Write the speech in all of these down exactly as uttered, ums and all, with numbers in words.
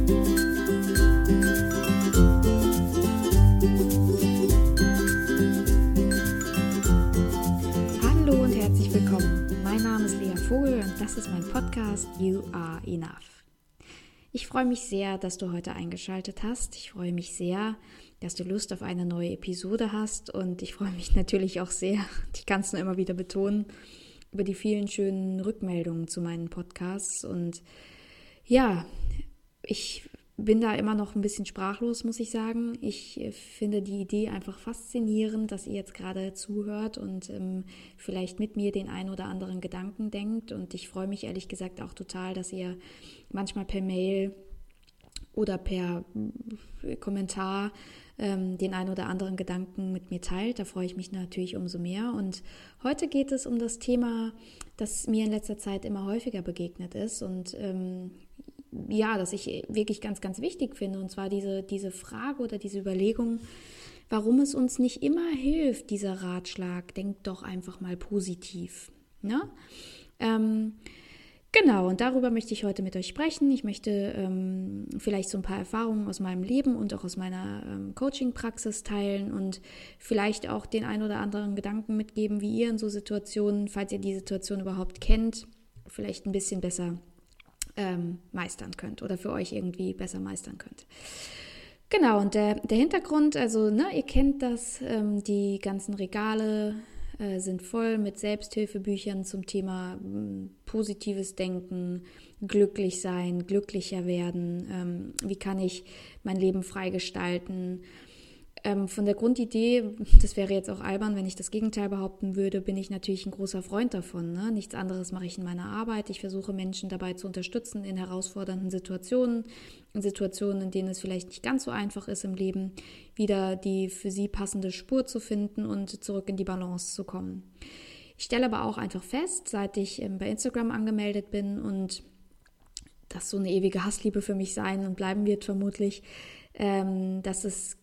Hallo und herzlich willkommen. Mein Name ist Lea Vogel und das ist mein Podcast You Are Enough. Ich freue mich sehr, dass du heute eingeschaltet hast. Ich freue mich sehr, dass du Lust auf eine neue Episode hast und ich freue mich natürlich auch sehr, ich kann es nur immer wieder betonen, über die vielen schönen Rückmeldungen zu meinen Podcasts und ja, ich bin da immer noch ein bisschen sprachlos, muss ich sagen. Ich finde die Idee einfach faszinierend, dass ihr jetzt gerade zuhört und ähm, vielleicht mit mir den ein oder anderen Gedanken denkt. Und ich freue mich ehrlich gesagt auch total, dass ihr manchmal per Mail oder per Kommentar ähm, den ein oder anderen Gedanken mit mir teilt. Da freue ich mich natürlich umso mehr. Und heute geht es um das Thema, das mir in letzter Zeit immer häufiger begegnet ist und ähm, ja, das ich wirklich ganz, ganz wichtig finde, und zwar diese, diese Frage oder diese Überlegung, warum es uns nicht immer hilft, dieser Ratschlag, denk doch einfach mal positiv. Ne? Ähm, genau, und darüber möchte ich heute mit euch sprechen. Ich möchte ähm, vielleicht so ein paar Erfahrungen aus meinem Leben und auch aus meiner ähm, Coaching-Praxis teilen und vielleicht auch den ein oder anderen Gedanken mitgeben, wie ihr in so Situationen, falls ihr die Situation überhaupt kennt, vielleicht ein bisschen besser Ähm, meistern könnt oder für euch irgendwie besser meistern könnt. Genau, und der, der Hintergrund, also ne, ihr kennt das, ähm, die ganzen Regale äh, sind voll mit Selbsthilfebüchern zum Thema ähm, positives Denken, glücklich sein, glücklicher werden, ähm, wie kann ich mein Leben frei gestalten. Ähm, von der Grundidee, das wäre jetzt auch albern, wenn ich das Gegenteil behaupten würde, bin ich natürlich ein großer Freund davon. Ne? Nichts anderes mache ich in meiner Arbeit. Ich versuche Menschen dabei zu unterstützen in herausfordernden Situationen, in Situationen, in denen es vielleicht nicht ganz so einfach ist im Leben, wieder die für sie passende Spur zu finden und zurück in die Balance zu kommen. Ich stelle aber auch einfach fest, seit ich ähm, bei Instagram angemeldet bin und das so eine ewige Hassliebe für mich sein und bleiben wird vermutlich, ähm, dass es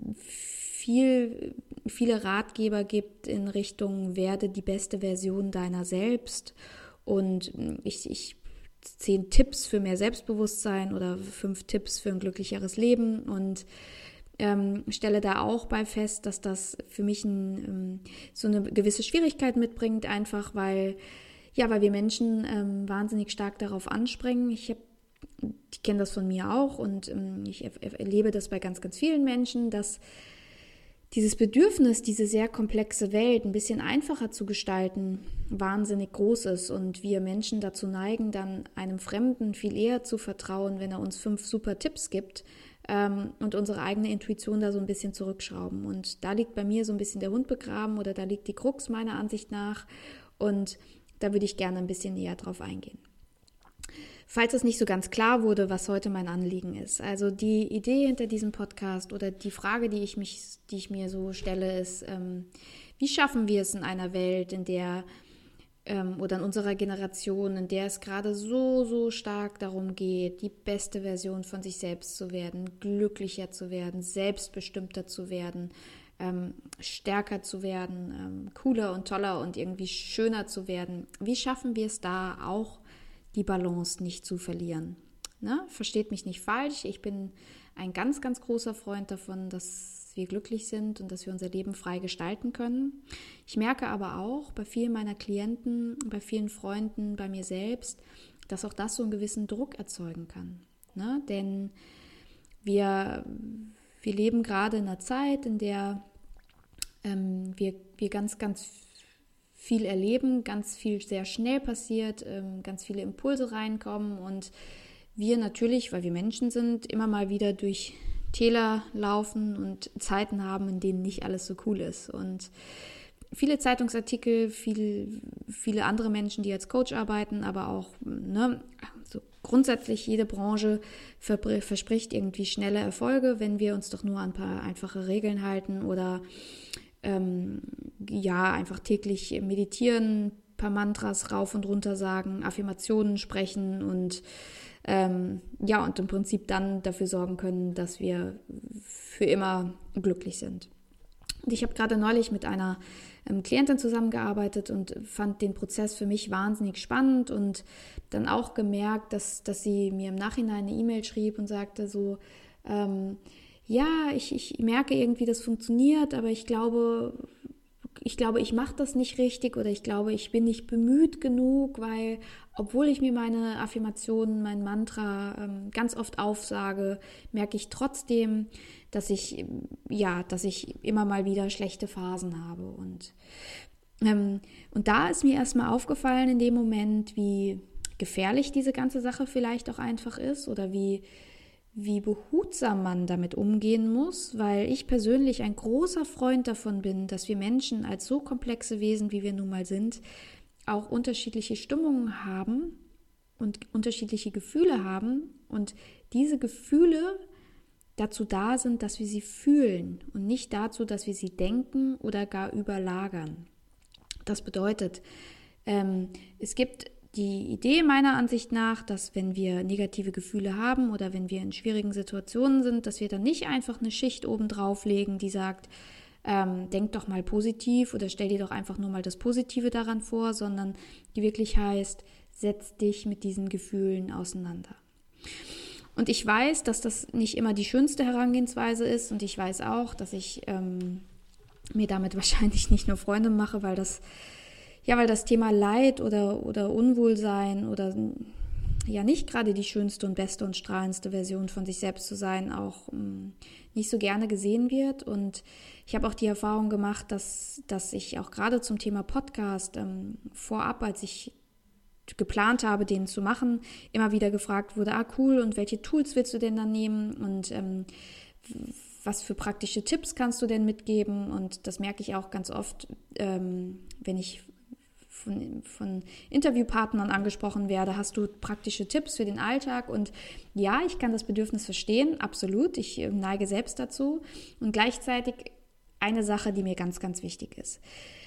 viel, viele Ratgeber gibt in Richtung werde die beste Version deiner selbst und ich, ich zehn Tipps für mehr Selbstbewusstsein oder fünf Tipps für ein glücklicheres Leben und ähm, stelle da auch bei fest, dass das für mich ein, ähm, so eine gewisse Schwierigkeit mitbringt, einfach weil, ja, weil wir Menschen ähm, wahnsinnig stark darauf anspringen. Ich habe Ich kenne das von mir auch und ähm, ich er- erlebe das bei ganz, ganz vielen Menschen, dass dieses Bedürfnis, diese sehr komplexe Welt ein bisschen einfacher zu gestalten, wahnsinnig groß ist und wir Menschen dazu neigen, dann einem Fremden viel eher zu vertrauen, wenn er uns fünf super Tipps gibt ähm, und unsere eigene Intuition da so ein bisschen zurückschrauben. Und da liegt bei mir so ein bisschen der Hund begraben oder da liegt die Krux meiner Ansicht nach und da würde ich gerne ein bisschen näher drauf eingehen. Falls es nicht so ganz klar wurde, was heute mein Anliegen ist. Also die Idee hinter diesem Podcast oder die Frage, die ich, mich, die ich mir so stelle, ist, ähm, wie schaffen wir es in einer Welt, in der ähm, oder in unserer Generation, in der es gerade so, so stark darum geht, die beste Version von sich selbst zu werden, glücklicher zu werden, selbstbestimmter zu werden, ähm, stärker zu werden, ähm, cooler und toller und irgendwie schöner zu werden. Wie schaffen wir es da auch, die Balance nicht zu verlieren? Ne? Versteht mich nicht falsch, ich bin ein ganz, ganz großer Freund davon, dass wir glücklich sind und dass wir unser Leben frei gestalten können. Ich merke aber auch bei vielen meiner Klienten, bei vielen Freunden, bei mir selbst, dass auch das so einen gewissen Druck erzeugen kann. Ne? Denn wir, wir leben gerade in einer Zeit, in der ähm, wir, wir ganz, ganz viel erleben, ganz viel sehr schnell passiert, ganz viele Impulse reinkommen und wir natürlich, weil wir Menschen sind, immer mal wieder durch Täler laufen und Zeiten haben, in denen nicht alles so cool ist. Und viele Zeitungsartikel, viel, viele andere Menschen, die als Coach arbeiten, aber auch ne, so grundsätzlich jede Branche verspricht irgendwie schnelle Erfolge, wenn wir uns doch nur an ein paar einfache Regeln halten oder Ähm, ja, einfach täglich meditieren, ein paar Mantras rauf und runter sagen, Affirmationen sprechen und ähm, ja, und im Prinzip dann dafür sorgen können, dass wir für immer glücklich sind. Und ich habe gerade neulich mit einer ähm, Klientin zusammengearbeitet und fand den Prozess für mich wahnsinnig spannend und dann auch gemerkt, dass, dass sie mir im Nachhinein eine E-Mail schrieb und sagte so, ähm, ja, ich, ich merke irgendwie, das funktioniert, aber ich glaube, ich glaube, ich mache das nicht richtig oder ich glaube, ich bin nicht bemüht genug, weil obwohl ich mir meine Affirmationen, mein Mantra ähm, ganz oft aufsage, merke ich trotzdem, dass ich, ja, dass ich immer mal wieder schlechte Phasen habe. Und, ähm, und da ist mir erstmal aufgefallen in dem Moment, wie gefährlich diese ganze Sache vielleicht auch einfach ist oder wie wie behutsam man damit umgehen muss, weil ich persönlich ein großer Freund davon bin, dass wir Menschen als so komplexe Wesen, wie wir nun mal sind, auch unterschiedliche Stimmungen haben und unterschiedliche Gefühle haben und diese Gefühle dazu da sind, dass wir sie fühlen und nicht dazu, dass wir sie denken oder gar überlagern. Das bedeutet, ähm, es gibt die Idee meiner Ansicht nach, dass wenn wir negative Gefühle haben oder wenn wir in schwierigen Situationen sind, dass wir dann nicht einfach eine Schicht oben drauf legen, die sagt, ähm, denk doch mal positiv oder stell dir doch einfach nur mal das Positive daran vor, sondern die wirklich heißt, setz dich mit diesen Gefühlen auseinander. Und ich weiß, dass das nicht immer die schönste Herangehensweise ist und ich weiß auch, dass ich ähm, mir damit wahrscheinlich nicht nur Freunde mache, weil das Ja, weil das Thema Leid oder, oder Unwohlsein oder ja nicht gerade die schönste und beste und strahlendste Version von sich selbst zu sein, auch mh, nicht so gerne gesehen wird. Und ich habe auch die Erfahrung gemacht, dass, dass ich auch gerade zum Thema Podcast ähm, vorab, als ich geplant habe, den zu machen, immer wieder gefragt wurde, ah cool, und welche Tools willst du denn dann nehmen und ähm, was für praktische Tipps kannst du denn mitgeben? Und das merke ich auch ganz oft, ähm, wenn ich Von, von Interviewpartnern angesprochen werde, hast du praktische Tipps für den Alltag? Und ja, ich kann das Bedürfnis verstehen, absolut. Ich neige selbst dazu. Und gleichzeitig eine Sache, die mir ganz, ganz wichtig ist.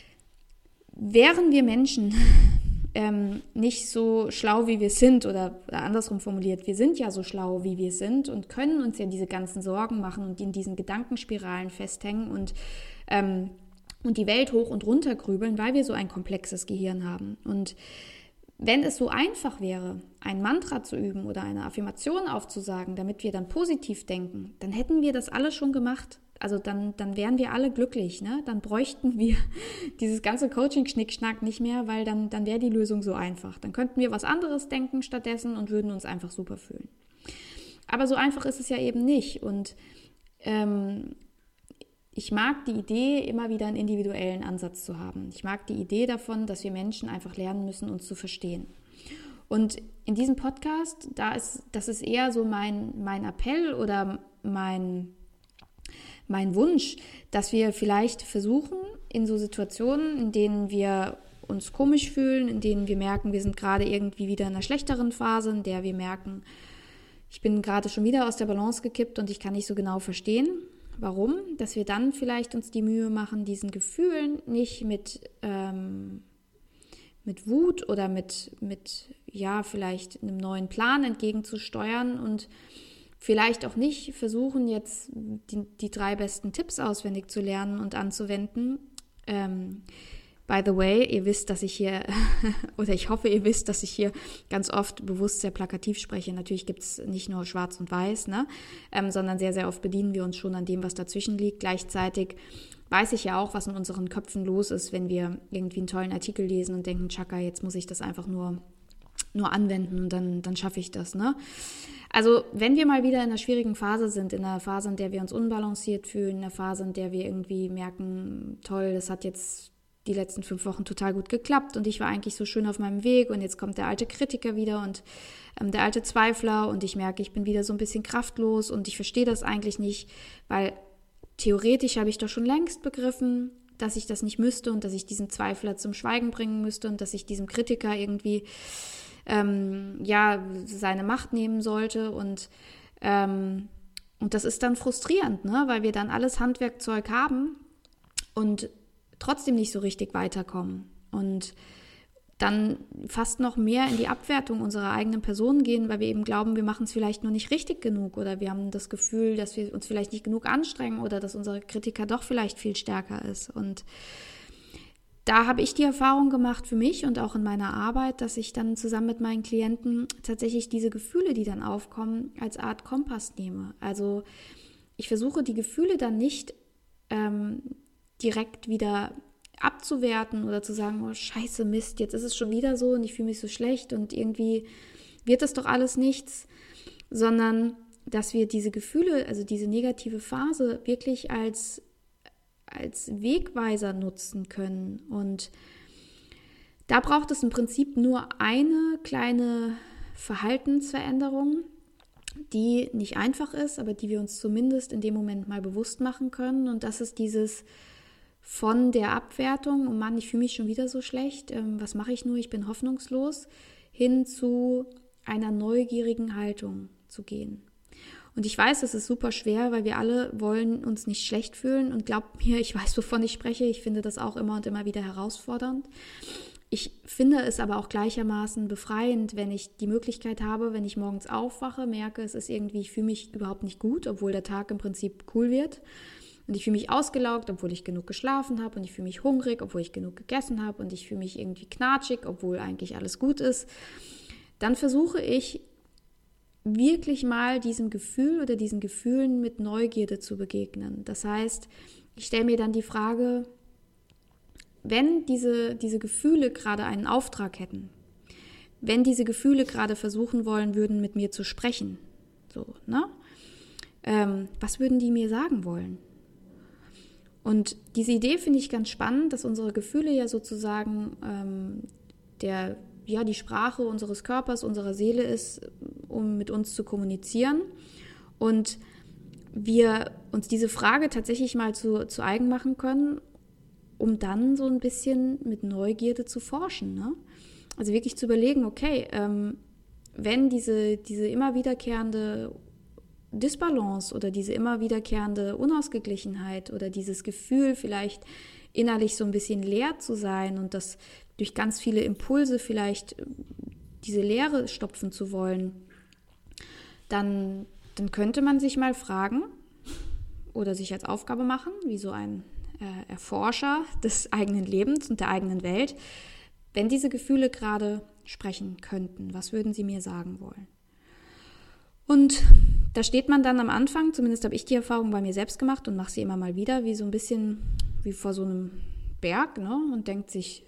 Wären wir Menschen ähm, nicht so schlau, wie wir sind, oder, oder andersrum formuliert, wir sind ja so schlau, wie wir sind und können uns ja diese ganzen Sorgen machen und in diesen Gedankenspiralen festhängen und ähm, und die Welt hoch und runter grübeln, weil wir so ein komplexes Gehirn haben. Und wenn es so einfach wäre, ein Mantra zu üben oder eine Affirmation aufzusagen, damit wir dann positiv denken, dann hätten wir das alles schon gemacht. Also dann, dann wären wir alle glücklich, ne? Dann bräuchten wir dieses ganze Coaching-Schnickschnack nicht mehr, weil dann, dann wäre die Lösung so einfach. Dann könnten wir was anderes denken stattdessen und würden uns einfach super fühlen. Aber so einfach ist es ja eben nicht. Und ähm, ich mag die Idee, immer wieder einen individuellen Ansatz zu haben. Ich mag die Idee davon, dass wir Menschen einfach lernen müssen, uns zu verstehen. Und in diesem Podcast, da ist, das ist eher so mein, mein Appell oder mein, mein Wunsch, dass wir vielleicht versuchen, in so Situationen, in denen wir uns komisch fühlen, in denen wir merken, wir sind gerade irgendwie wieder in einer schlechteren Phase, in der wir merken, ich bin gerade schon wieder aus der Balance gekippt und ich kann nicht so genau verstehen, warum, dass wir dann vielleicht uns die Mühe machen, diesen Gefühlen nicht mit, ähm, mit Wut oder mit, mit, ja, vielleicht einem neuen Plan entgegenzusteuern und vielleicht auch nicht versuchen, jetzt die, die drei besten Tipps auswendig zu lernen und anzuwenden. Ähm, By the way, ihr wisst, dass ich hier, oder ich hoffe, ihr wisst, dass ich hier ganz oft bewusst sehr plakativ spreche. Natürlich gibt es nicht nur schwarz und weiß, ne? ähm, sondern sehr, sehr oft bedienen wir uns schon an dem, was dazwischen liegt. Gleichzeitig weiß ich ja auch, was in unseren Köpfen los ist, wenn wir irgendwie einen tollen Artikel lesen und denken, Chaka, jetzt muss ich das einfach nur, nur anwenden und dann, dann schaffe ich das, ne? Also wenn wir mal wieder in einer schwierigen Phase sind, in einer Phase, in der wir uns unbalanciert fühlen, in einer Phase, in der wir irgendwie merken, toll, das hat jetzt die letzten fünf Wochen total gut geklappt und ich war eigentlich so schön auf meinem Weg und jetzt kommt der alte Kritiker wieder und ähm, der alte Zweifler und ich merke, ich bin wieder so ein bisschen kraftlos und ich verstehe das eigentlich nicht, weil theoretisch habe ich doch schon längst begriffen, dass ich das nicht müsste und dass ich diesen Zweifler zum Schweigen bringen müsste und dass ich diesem Kritiker irgendwie ähm, ja seine Macht nehmen sollte und ähm, und das ist dann frustrierend, ne? Weil wir dann alles Handwerkzeug haben und trotzdem nicht so richtig weiterkommen. Und dann fast noch mehr in die Abwertung unserer eigenen Person gehen, weil wir eben glauben, wir machen es vielleicht nur nicht richtig genug oder wir haben das Gefühl, dass wir uns vielleicht nicht genug anstrengen oder dass unser Kritiker doch vielleicht viel stärker ist. Und da habe ich die Erfahrung gemacht für mich und auch in meiner Arbeit, dass ich dann zusammen mit meinen Klienten tatsächlich diese Gefühle, die dann aufkommen, als Art Kompass nehme. Also ich versuche die Gefühle dann nicht ähm, direkt wieder abzuwerten oder zu sagen, oh scheiße, Mist, jetzt ist es schon wieder so und ich fühle mich so schlecht und irgendwie wird das doch alles nichts, sondern dass wir diese Gefühle, also diese negative Phase wirklich als, als Wegweiser nutzen können. Und da braucht es im Prinzip nur eine kleine Verhaltensveränderung, die nicht einfach ist, aber die wir uns zumindest in dem Moment mal bewusst machen können. Und das ist dieses von der Abwertung, oh Mann, ich fühle mich schon wieder so schlecht, ähm, was mache ich nur, ich bin hoffnungslos, hin zu einer neugierigen Haltung zu gehen. Und ich weiß, es ist super schwer, weil wir alle wollen uns nicht schlecht fühlen und glaubt mir, ich weiß, wovon ich spreche, ich finde das auch immer und immer wieder herausfordernd. Ich finde es aber auch gleichermaßen befreiend, wenn ich die Möglichkeit habe, wenn ich morgens aufwache, merke, es ist irgendwie, ich fühle mich überhaupt nicht gut, obwohl der Tag im Prinzip cool wird. Und ich fühle mich ausgelaugt, obwohl ich genug geschlafen habe. Und ich fühle mich hungrig, obwohl ich genug gegessen habe. Und ich fühle mich irgendwie knatschig, obwohl eigentlich alles gut ist. Dann versuche ich wirklich mal diesem Gefühl oder diesen Gefühlen mit Neugierde zu begegnen. Das heißt, ich stelle mir dann die Frage, wenn diese, diese Gefühle gerade einen Auftrag hätten, wenn diese Gefühle gerade versuchen wollen würden, mit mir zu sprechen, so, ne? Ähm, was würden die mir sagen wollen? Und diese Idee finde ich ganz spannend, dass unsere Gefühle ja sozusagen ähm, der, ja, die Sprache unseres Körpers, unserer Seele ist, um mit uns zu kommunizieren. Und wir uns diese Frage tatsächlich mal zu, zu eigen machen können, um dann so ein bisschen mit Neugierde zu forschen, ne? Also wirklich zu überlegen, okay, ähm, wenn diese, diese immer wiederkehrende Disbalance oder diese immer wiederkehrende Unausgeglichenheit oder dieses Gefühl, vielleicht innerlich so ein bisschen leer zu sein und das durch ganz viele Impulse vielleicht diese Leere stopfen zu wollen, dann, dann könnte man sich mal fragen oder sich als Aufgabe machen, wie so ein äh, Erforscher des eigenen Lebens und der eigenen Welt, wenn diese Gefühle gerade sprechen könnten, was würden sie mir sagen wollen? Und da steht man dann am Anfang, zumindest habe ich die Erfahrung bei mir selbst gemacht und mache sie immer mal wieder, wie so ein bisschen wie vor so einem Berg, ne? Und denkt sich,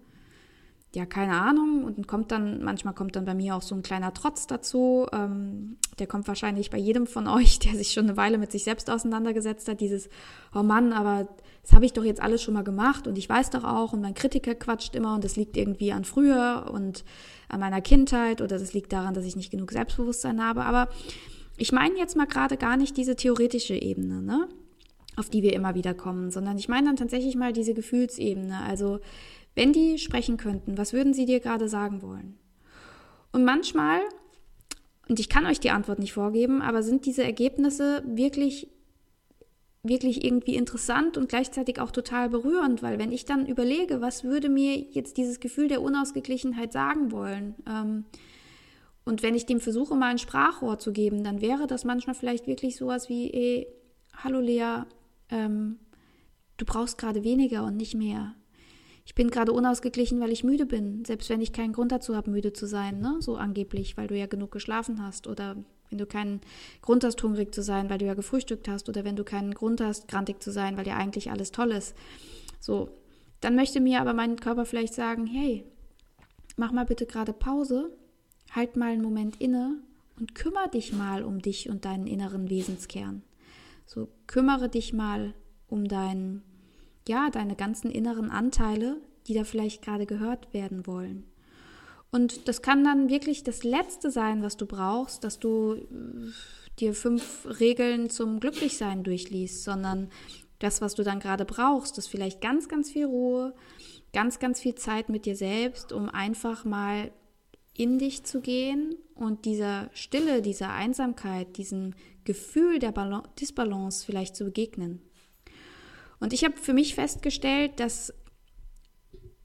ja, keine Ahnung. Und kommt dann, manchmal kommt dann bei mir auch so ein kleiner Trotz dazu. Ähm, der kommt wahrscheinlich bei jedem von euch, der sich schon eine Weile mit sich selbst auseinandergesetzt hat, dieses, oh Mann, aber das habe ich doch jetzt alles schon mal gemacht und ich weiß doch auch und mein Kritiker quatscht immer und das liegt irgendwie an früher und an meiner Kindheit oder das liegt daran, dass ich nicht genug Selbstbewusstsein habe. Aber ich meine jetzt mal gerade gar nicht diese theoretische Ebene, ne, auf die wir immer wieder kommen, sondern ich meine dann tatsächlich mal diese Gefühlsebene. Also wenn die sprechen könnten, was würden sie dir gerade sagen wollen? Und manchmal, und ich kann euch die Antwort nicht vorgeben, aber sind diese Ergebnisse wirklich, wirklich irgendwie interessant und gleichzeitig auch total berührend, weil wenn ich dann überlege, was würde mir jetzt dieses Gefühl der Unausgeglichenheit sagen wollen, ähm, und wenn ich dem versuche, mal ein Sprachrohr zu geben, dann wäre das manchmal vielleicht wirklich sowas wie, ey, hallo Lea, ähm, du brauchst gerade weniger und nicht mehr. Ich bin gerade unausgeglichen, weil ich müde bin, selbst wenn ich keinen Grund dazu habe, müde zu sein, ne? So angeblich, weil du ja genug geschlafen hast oder wenn du keinen Grund hast, hungrig zu sein, weil du ja gefrühstückt hast oder wenn du keinen Grund hast, grantig zu sein, weil ja eigentlich alles toll ist. So, dann möchte mir aber mein Körper vielleicht sagen, hey, mach mal bitte gerade Pause, halt mal einen Moment inne und kümmere dich mal um dich und deinen inneren Wesenskern. So, kümmere dich mal um deinen, ja, deine ganzen inneren Anteile, die da vielleicht gerade gehört werden wollen. Und das kann dann wirklich das Letzte sein, was du brauchst, dass du dir fünf Regeln zum Glücklichsein durchliest, sondern das, was du dann gerade brauchst, ist vielleicht ganz, ganz viel Ruhe, ganz, ganz viel Zeit mit dir selbst, um einfach mal in dich zu gehen und dieser Stille, dieser Einsamkeit, diesem Gefühl der Bal- Disbalance vielleicht zu begegnen. Und ich habe für mich festgestellt, dass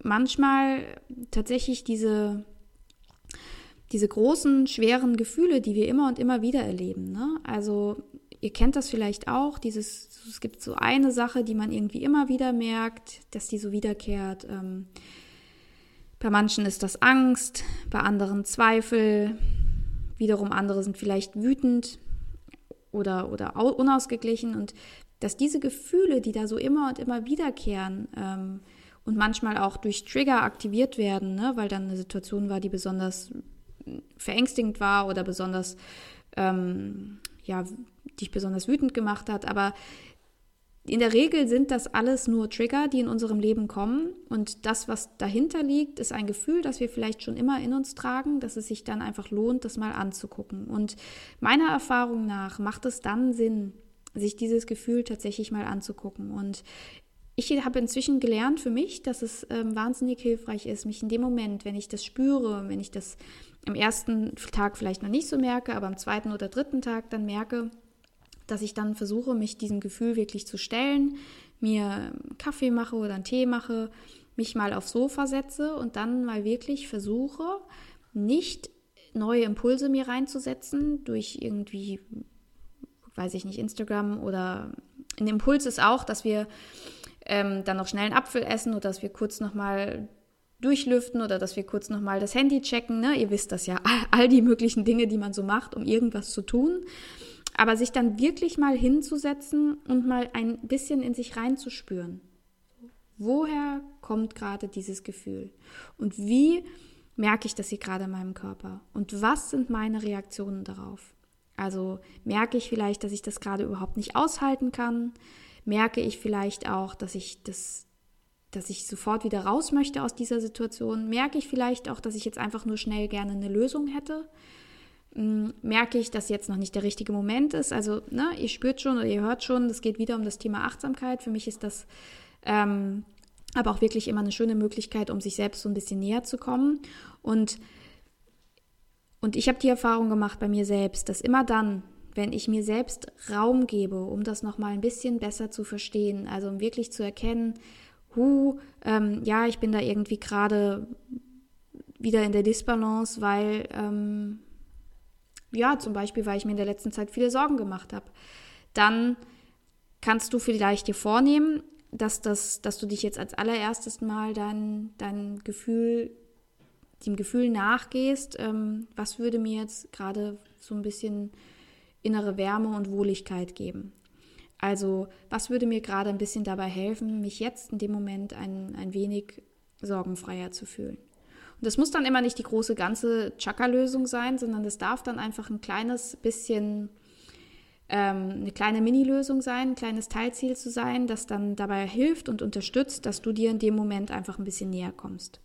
manchmal tatsächlich diese, diese großen, schweren Gefühle, die wir immer und immer wieder erleben, ne? Also ihr kennt das vielleicht auch, dieses, es gibt so eine Sache, die man irgendwie immer wieder merkt, dass die so wiederkehrt. Ähm, bei manchen ist das Angst, bei anderen Zweifel, wiederum andere sind vielleicht wütend oder, oder unausgeglichen, und dass diese Gefühle, die da so immer und immer wiederkehren ähm, und manchmal auch durch Trigger aktiviert werden, ne, weil dann eine Situation war, die besonders verängstigend war oder besonders, ähm, ja, dich besonders wütend gemacht hat, aber in der Regel sind das alles nur Trigger, die in unserem Leben kommen, und das, was dahinter liegt, ist ein Gefühl, das wir vielleicht schon immer in uns tragen, dass es sich dann einfach lohnt, das mal anzugucken. Und meiner Erfahrung nach macht es dann Sinn, sich dieses Gefühl tatsächlich mal anzugucken. Und ich habe inzwischen gelernt für mich, dass es ähm, wahnsinnig hilfreich ist, mich in dem Moment, wenn ich das spüre, wenn ich das am ersten Tag vielleicht noch nicht so merke, aber am zweiten oder dritten Tag dann merke, dass ich dann versuche, mich diesem Gefühl wirklich zu stellen, mir einen Kaffee mache oder einen Tee mache, mich mal aufs Sofa setze und dann mal wirklich versuche, nicht neue Impulse mir reinzusetzen durch irgendwie, weiß ich nicht, Instagram, oder ein Impuls ist auch, dass wir ähm, dann noch schnell einen Apfel essen oder dass wir kurz nochmal durchlüften oder dass wir kurz nochmal das Handy checken, ne? Ihr wisst das ja, all die möglichen Dinge, die man so macht, um irgendwas zu tun. Aber sich dann wirklich mal hinzusetzen und mal ein bisschen in sich reinzuspüren. Woher kommt gerade dieses Gefühl? Und wie merke ich das hier gerade in meinem Körper? Und was sind meine Reaktionen darauf? Also merke ich vielleicht, dass ich das gerade überhaupt nicht aushalten kann? Merke ich vielleicht auch, dass ich das, dass ich sofort wieder raus möchte aus dieser Situation? Merke ich vielleicht auch, dass ich jetzt einfach nur schnell gerne eine Lösung hätte? Merke ich, dass jetzt noch nicht der richtige Moment ist? Also, ne, ihr spürt schon oder ihr hört schon, es geht wieder um das Thema Achtsamkeit. Für mich ist das ähm, aber auch wirklich immer eine schöne Möglichkeit, um sich selbst so ein bisschen näher zu kommen. Und, und ich habe die Erfahrung gemacht bei mir selbst, dass immer dann, wenn ich mir selbst Raum gebe, um das nochmal ein bisschen besser zu verstehen, also um wirklich zu erkennen, hu, ähm, ja, ich bin da irgendwie gerade wieder in der Disbalance, weil ähm, ja, zum Beispiel, weil ich mir in der letzten Zeit viele Sorgen gemacht habe, dann kannst du vielleicht dir vornehmen, dass, das, dass du dich jetzt als allererstes mal dein, dein Gefühl, dem Gefühl nachgehst, ähm, was würde mir jetzt gerade so ein bisschen innere Wärme und Wohligkeit geben. Also, was würde mir gerade ein bisschen dabei helfen, mich jetzt in dem Moment ein, ein wenig sorgenfreier zu fühlen. Und das muss dann immer nicht die große ganze Chakra-Lösung sein, sondern das darf dann einfach ein kleines bisschen, ähm, eine kleine Mini-Lösung sein, ein kleines Teilziel zu sein, das dann dabei hilft und unterstützt, dass du dir in dem Moment einfach ein bisschen näher kommst.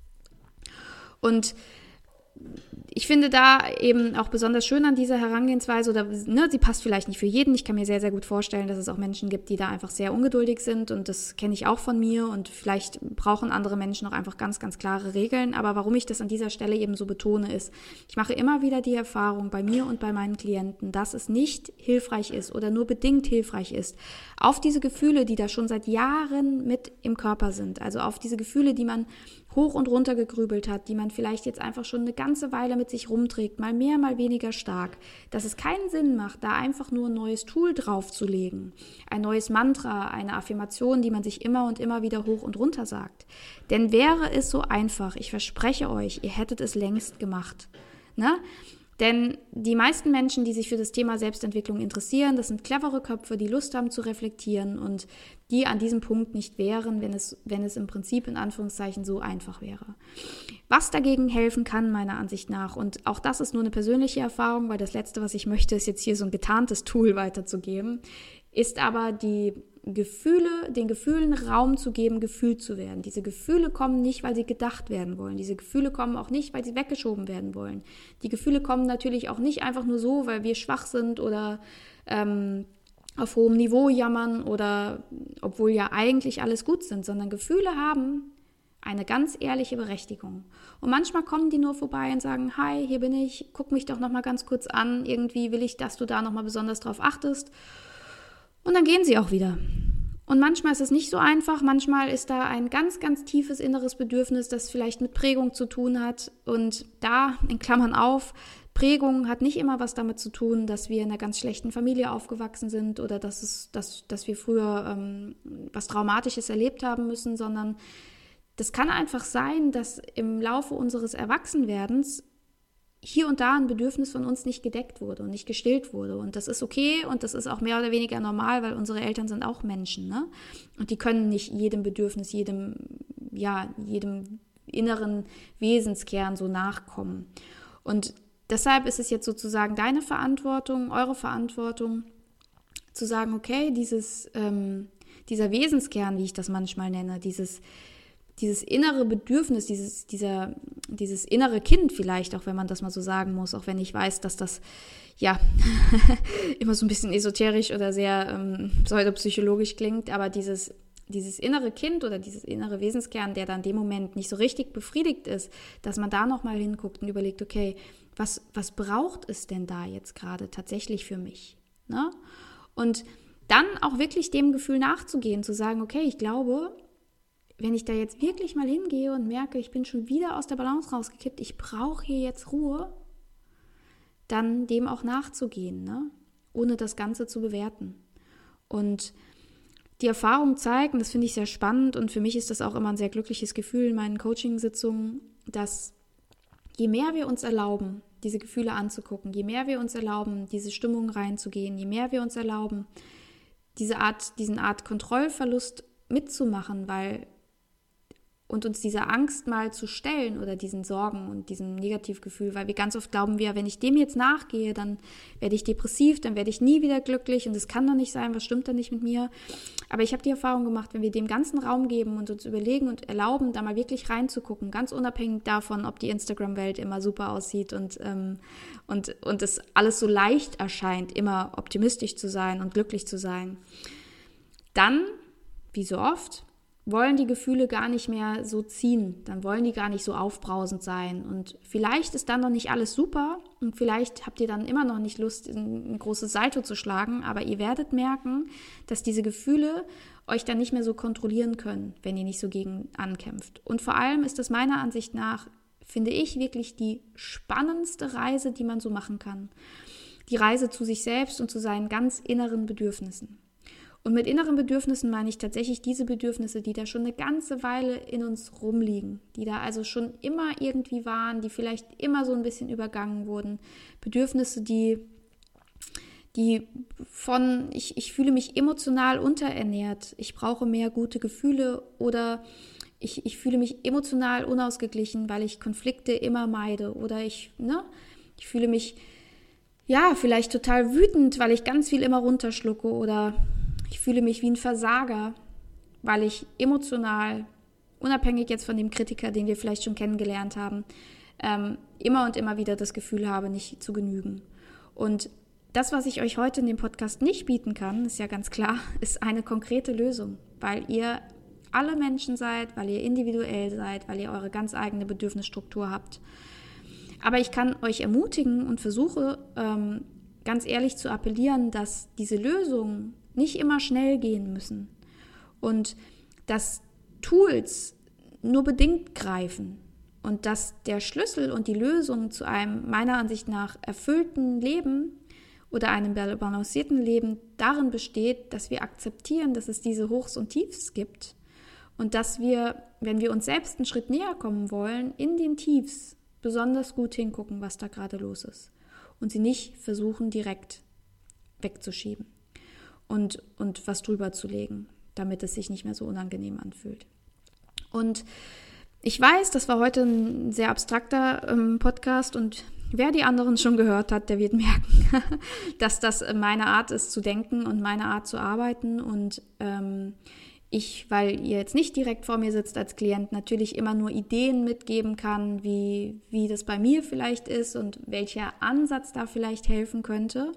Und ich finde da eben auch besonders schön an dieser Herangehensweise, oder ne, sie passt vielleicht nicht für jeden. Ich kann mir sehr, sehr gut vorstellen, dass es auch Menschen gibt, die da einfach sehr ungeduldig sind, und das kenne ich auch von mir, und vielleicht brauchen andere Menschen auch einfach ganz, ganz klare Regeln. Aber warum ich das an dieser Stelle eben so betone, ist, ich mache immer wieder die Erfahrung bei mir und bei meinen Klienten, dass es nicht hilfreich ist oder nur bedingt hilfreich ist, auf diese Gefühle, die da schon seit Jahren mit im Körper sind, also auf diese Gefühle, die man hoch und runter gegrübelt hat, die man vielleicht jetzt einfach schon eine ganze Weile mit sich rumträgt, mal mehr, mal weniger stark, dass es keinen Sinn macht, da einfach nur ein neues Tool draufzulegen, ein neues Mantra, eine Affirmation, die man sich immer und immer wieder hoch und runter sagt. Denn wäre es so einfach, ich verspreche euch, ihr hättet es längst gemacht, ne? Denn die meisten Menschen, die sich für das Thema Selbstentwicklung interessieren, das sind clevere Köpfe, die Lust haben zu reflektieren und die an diesem Punkt nicht wären, wenn es, wenn es im Prinzip in Anführungszeichen so einfach wäre. Was dagegen helfen kann, meiner Ansicht nach, und auch das ist nur eine persönliche Erfahrung, weil das Letzte, was ich möchte, ist jetzt hier so ein getarntes Tool weiterzugeben, ist aber die Gefühle, den Gefühlen Raum zu geben, gefühlt zu werden. Diese Gefühle kommen nicht, weil sie gedacht werden wollen. Diese Gefühle kommen auch nicht, weil sie weggeschoben werden wollen. Die Gefühle kommen natürlich auch nicht einfach nur so, weil wir schwach sind oder ähm, auf hohem Niveau jammern oder obwohl ja eigentlich alles gut sind, sondern Gefühle haben eine ganz ehrliche Berechtigung. Und manchmal kommen die nur vorbei und sagen, hi, hier bin ich, guck mich doch nochmal ganz kurz an, irgendwie will ich, dass du da nochmal besonders drauf achtest. Und dann gehen sie auch wieder. Und manchmal ist es nicht so einfach, manchmal ist da ein ganz, ganz tiefes inneres Bedürfnis, das vielleicht mit Prägung zu tun hat. Und da, in Klammern auf, Prägung hat nicht immer was damit zu tun, dass wir in einer ganz schlechten Familie aufgewachsen sind oder dass, es, dass, dass wir früher ähm, was Traumatisches erlebt haben müssen, sondern das kann einfach sein, dass im Laufe unseres Erwachsenwerdens hier und da ein Bedürfnis von uns nicht gedeckt wurde und nicht gestillt wurde. Und das ist okay und das ist auch mehr oder weniger normal, weil unsere Eltern sind auch Menschen, ne? Und die können nicht jedem Bedürfnis, jedem, ja, jedem inneren Wesenskern so nachkommen. Und deshalb ist es jetzt sozusagen deine Verantwortung, eure Verantwortung, zu sagen, okay, dieses, ähm, dieser Wesenskern, wie ich das manchmal nenne, dieses Dieses innere Bedürfnis, dieses, dieser, dieses innere Kind vielleicht, auch wenn man das mal so sagen muss, auch wenn ich weiß, dass das ja immer so ein bisschen esoterisch oder sehr ähm, pseudopsychologisch klingt, aber dieses, dieses innere Kind oder dieses innere Wesenskern, der dann in dem Moment nicht so richtig befriedigt ist, dass man da nochmal hinguckt und überlegt, okay, was, was braucht es denn da jetzt gerade tatsächlich für mich? Ne? Und dann auch wirklich dem Gefühl nachzugehen, zu sagen, okay, ich glaube, wenn ich da jetzt wirklich mal hingehe und merke, ich bin schon wieder aus der Balance rausgekippt, ich brauche hier jetzt Ruhe, dann dem auch nachzugehen, ne? Ohne das Ganze zu bewerten. Und die Erfahrung zeigt, und das finde ich sehr spannend und für mich ist das auch immer ein sehr glückliches Gefühl in meinen Coaching-Sitzungen, dass je mehr wir uns erlauben, diese Gefühle anzugucken, je mehr wir uns erlauben, diese Stimmung reinzugehen, je mehr wir uns erlauben, diese Art, diesen Art Kontrollverlust mitzumachen, weil und uns dieser Angst mal zu stellen oder diesen Sorgen und diesem Negativgefühl, weil wir ganz oft glauben wir, wenn ich dem jetzt nachgehe, dann werde ich depressiv, dann werde ich nie wieder glücklich und das kann doch nicht sein, was stimmt da nicht mit mir? Aber ich habe die Erfahrung gemacht, wenn wir dem ganzen Raum geben und uns überlegen und erlauben, da mal wirklich reinzugucken, ganz unabhängig davon, ob die Instagram-Welt immer super aussieht und, ähm, und, und es alles so leicht erscheint, immer optimistisch zu sein und glücklich zu sein, dann, wie so oft, wollen die Gefühle gar nicht mehr so ziehen, dann wollen die gar nicht so aufbrausend sein und vielleicht ist dann noch nicht alles super und vielleicht habt ihr dann immer noch nicht Lust, ein großes Salto zu schlagen, aber ihr werdet merken, dass diese Gefühle euch dann nicht mehr so kontrollieren können, wenn ihr nicht so gegen ankämpft. Und vor allem ist das meiner Ansicht nach, finde ich, wirklich die spannendste Reise, die man so machen kann. Die Reise zu sich selbst und zu seinen ganz inneren Bedürfnissen. Und mit inneren Bedürfnissen meine ich tatsächlich diese Bedürfnisse, die da schon eine ganze Weile in uns rumliegen, die da also schon immer irgendwie waren, die vielleicht immer so ein bisschen übergangen wurden. Bedürfnisse, die, die von, ich, ich fühle mich emotional unterernährt, ich brauche mehr gute Gefühle oder ich, ich fühle mich emotional unausgeglichen, weil ich Konflikte immer meide oder ich, ne, ich fühle mich, ja, vielleicht total wütend, weil ich ganz viel immer runterschlucke oder ich fühle mich wie ein Versager, weil ich emotional, unabhängig jetzt von dem Kritiker, den wir vielleicht schon kennengelernt haben, ähm, immer und immer wieder das Gefühl habe, nicht zu genügen. Und das, was ich euch heute in dem Podcast nicht bieten kann, ist ja ganz klar, ist eine konkrete Lösung, weil ihr alle Menschen seid, weil ihr individuell seid, weil ihr eure ganz eigene Bedürfnisstruktur habt. Aber ich kann euch ermutigen und versuche, ähm, ganz ehrlich zu appellieren, dass diese Lösungen nicht immer schnell gehen müssen und dass Tools nur bedingt greifen und dass der Schlüssel und die Lösung zu einem meiner Ansicht nach erfüllten Leben oder einem balancierten Leben darin besteht, dass wir akzeptieren, dass es diese Hochs und Tiefs gibt und dass wir, wenn wir uns selbst einen Schritt näher kommen wollen, in den Tiefs besonders gut hingucken, was da gerade los ist und sie nicht versuchen, direkt wegzuschieben. Und, und was drüber zu legen, damit es sich nicht mehr so unangenehm anfühlt. Und ich weiß, das war heute ein sehr abstrakter ähm, Podcast und wer die anderen schon gehört hat, der wird merken, dass das meine Art ist zu denken und meine Art zu arbeiten und ähm, ich, weil ihr jetzt nicht direkt vor mir sitzt als Klient, natürlich immer nur Ideen mitgeben kann, wie, wie das bei mir vielleicht ist und welcher Ansatz da vielleicht helfen könnte.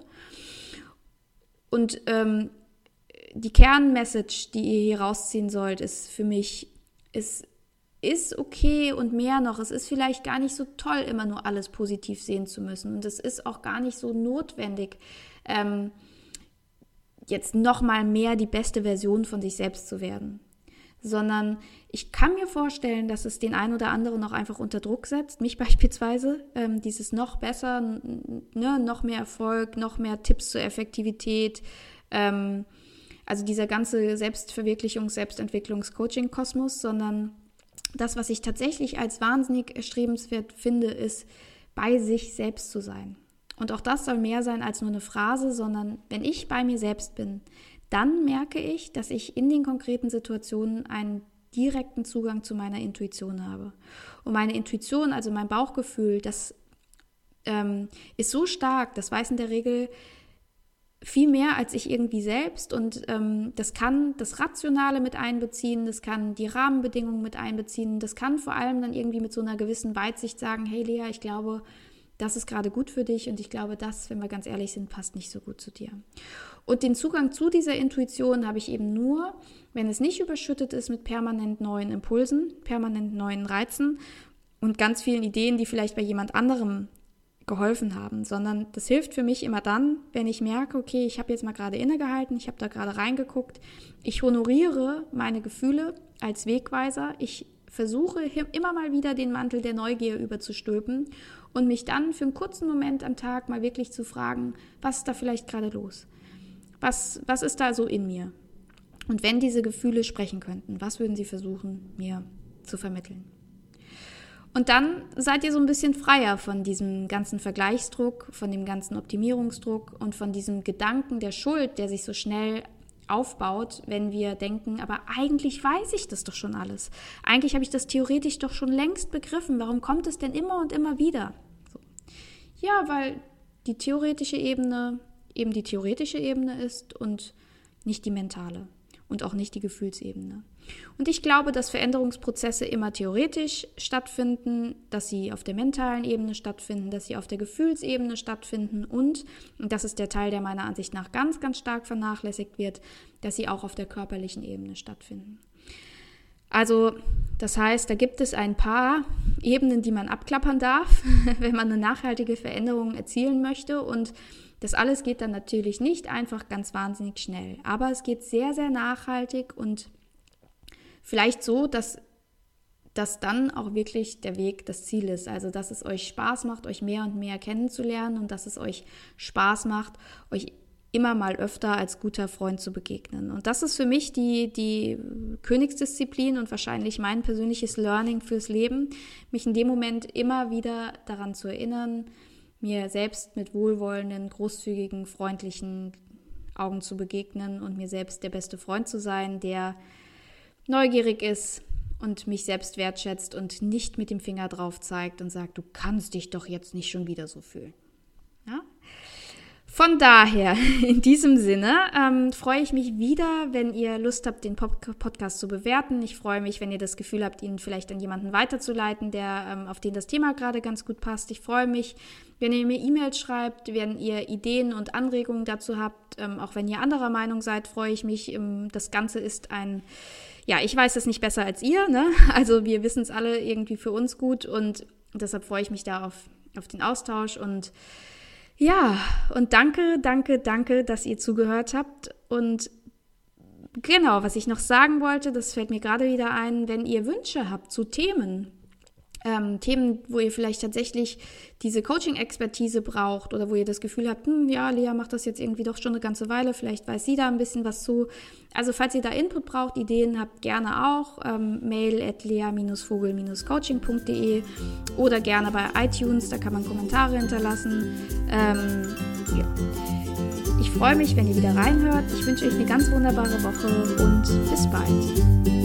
Und ähm, die Kernmessage, die ihr hier rausziehen sollt, ist für mich, es ist okay und mehr noch. Es ist vielleicht gar nicht so toll, immer nur alles positiv sehen zu müssen. Und es ist auch gar nicht so notwendig, ähm, jetzt nochmal mehr die beste Version von sich selbst zu werden. Sondern ich kann mir vorstellen, dass es den einen oder anderen auch einfach unter Druck setzt, mich beispielsweise, ähm, dieses noch besser, ne, noch mehr Erfolg, noch mehr Tipps zur Effektivität, ähm, also dieser ganze Selbstverwirklichungs-, Selbstentwicklungs-Coaching-Kosmos, sondern das, was ich tatsächlich als wahnsinnig erstrebenswert finde, ist, bei sich selbst zu sein. Und auch das soll mehr sein als nur eine Phrase, sondern wenn ich bei mir selbst bin, dann merke ich, dass ich in den konkreten Situationen einen direkten Zugang zu meiner Intuition habe. Und meine Intuition, also mein Bauchgefühl, das ähm, ist so stark, das weiß in der Regel viel mehr als ich irgendwie selbst. Und ähm, das kann das Rationale mit einbeziehen, das kann die Rahmenbedingungen mit einbeziehen, das kann vor allem dann irgendwie mit so einer gewissen Weitsicht sagen, hey Lea, ich glaube, das ist gerade gut für dich und ich glaube, das, wenn wir ganz ehrlich sind, passt nicht so gut zu dir. Und den Zugang zu dieser Intuition habe ich eben nur, wenn es nicht überschüttet ist mit permanent neuen Impulsen, permanent neuen Reizen und ganz vielen Ideen, die vielleicht bei jemand anderem geholfen haben, sondern das hilft für mich immer dann, wenn ich merke, okay, ich habe jetzt mal gerade innegehalten, ich habe da gerade reingeguckt, ich honoriere meine Gefühle als Wegweiser, ich versuche immer mal wieder den Mantel der Neugier überzustülpen und mich dann für einen kurzen Moment am Tag mal wirklich zu fragen, was ist da vielleicht gerade los? Was, was ist da so in mir? Und wenn diese Gefühle sprechen könnten, was würden sie versuchen, mir zu vermitteln? Und dann seid ihr so ein bisschen freier von diesem ganzen Vergleichsdruck, von dem ganzen Optimierungsdruck und von diesem Gedanken der Schuld, der sich so schnell aufbaut, wenn wir denken, aber eigentlich weiß ich das doch schon alles. Eigentlich habe ich das theoretisch doch schon längst begriffen. Warum kommt es denn immer und immer wieder? So. Ja, weil die theoretische Ebene eben die theoretische Ebene ist und nicht die mentale und auch nicht die Gefühlsebene. Und ich glaube, dass Veränderungsprozesse immer theoretisch stattfinden, dass sie auf der mentalen Ebene stattfinden, dass sie auf der Gefühlsebene stattfinden und, und das ist der Teil, der meiner Ansicht nach ganz, ganz stark vernachlässigt wird, dass sie auch auf der körperlichen Ebene stattfinden. Also das heißt, da gibt es ein paar Ebenen, die man abklappern darf, wenn man eine nachhaltige Veränderung erzielen möchte und das alles geht dann natürlich nicht einfach ganz wahnsinnig schnell, aber es geht sehr, sehr nachhaltig und vielleicht so, dass, dass dann auch wirklich der Weg das Ziel ist. Also, dass es euch Spaß macht, euch mehr und mehr kennenzulernen und dass es euch Spaß macht, euch immer mal öfter als guter Freund zu begegnen. Und das ist für mich die, die Königsdisziplin und wahrscheinlich mein persönliches Learning fürs Leben, mich in dem Moment immer wieder daran zu erinnern, mir selbst mit wohlwollenden, großzügigen, freundlichen Augen zu begegnen und mir selbst der beste Freund zu sein, der neugierig ist und mich selbst wertschätzt und nicht mit dem Finger drauf zeigt und sagt, du kannst dich doch jetzt nicht schon wieder so fühlen. Ja? Von daher, in diesem Sinne, ähm, freue ich mich wieder, wenn ihr Lust habt, den Pod- Podcast zu bewerten. Ich freue mich, wenn ihr das Gefühl habt, ihn vielleicht an jemanden weiterzuleiten, der ähm, auf den das Thema gerade ganz gut passt. Ich freue mich, wenn ihr mir E-Mails schreibt, wenn ihr Ideen und Anregungen dazu habt. Ähm, auch wenn ihr anderer Meinung seid, freue ich mich. Ähm, das Ganze ist ein, ja, ich weiß es nicht besser als ihr, ne? Also wir wissen es alle irgendwie für uns gut und deshalb freue ich mich da auf, auf den Austausch und ja, und danke, danke, danke, dass ihr zugehört habt. Und genau, was ich noch sagen wollte, das fällt mir gerade wieder ein, wenn ihr Wünsche habt zu Themen, ähm, Themen, wo ihr vielleicht tatsächlich diese Coaching-Expertise braucht oder wo ihr das Gefühl habt, hm, ja, Lea macht das jetzt irgendwie doch schon eine ganze Weile, vielleicht weiß sie da ein bisschen was zu. Also falls ihr da Input braucht, Ideen habt, gerne auch, ähm, mail at lea vogel coaching punkt de oder gerne bei iTunes, da kann man Kommentare hinterlassen. Ähm, ja. Ich freue mich, wenn ihr wieder reinhört. Ich wünsche euch eine ganz wunderbare Woche und bis bald.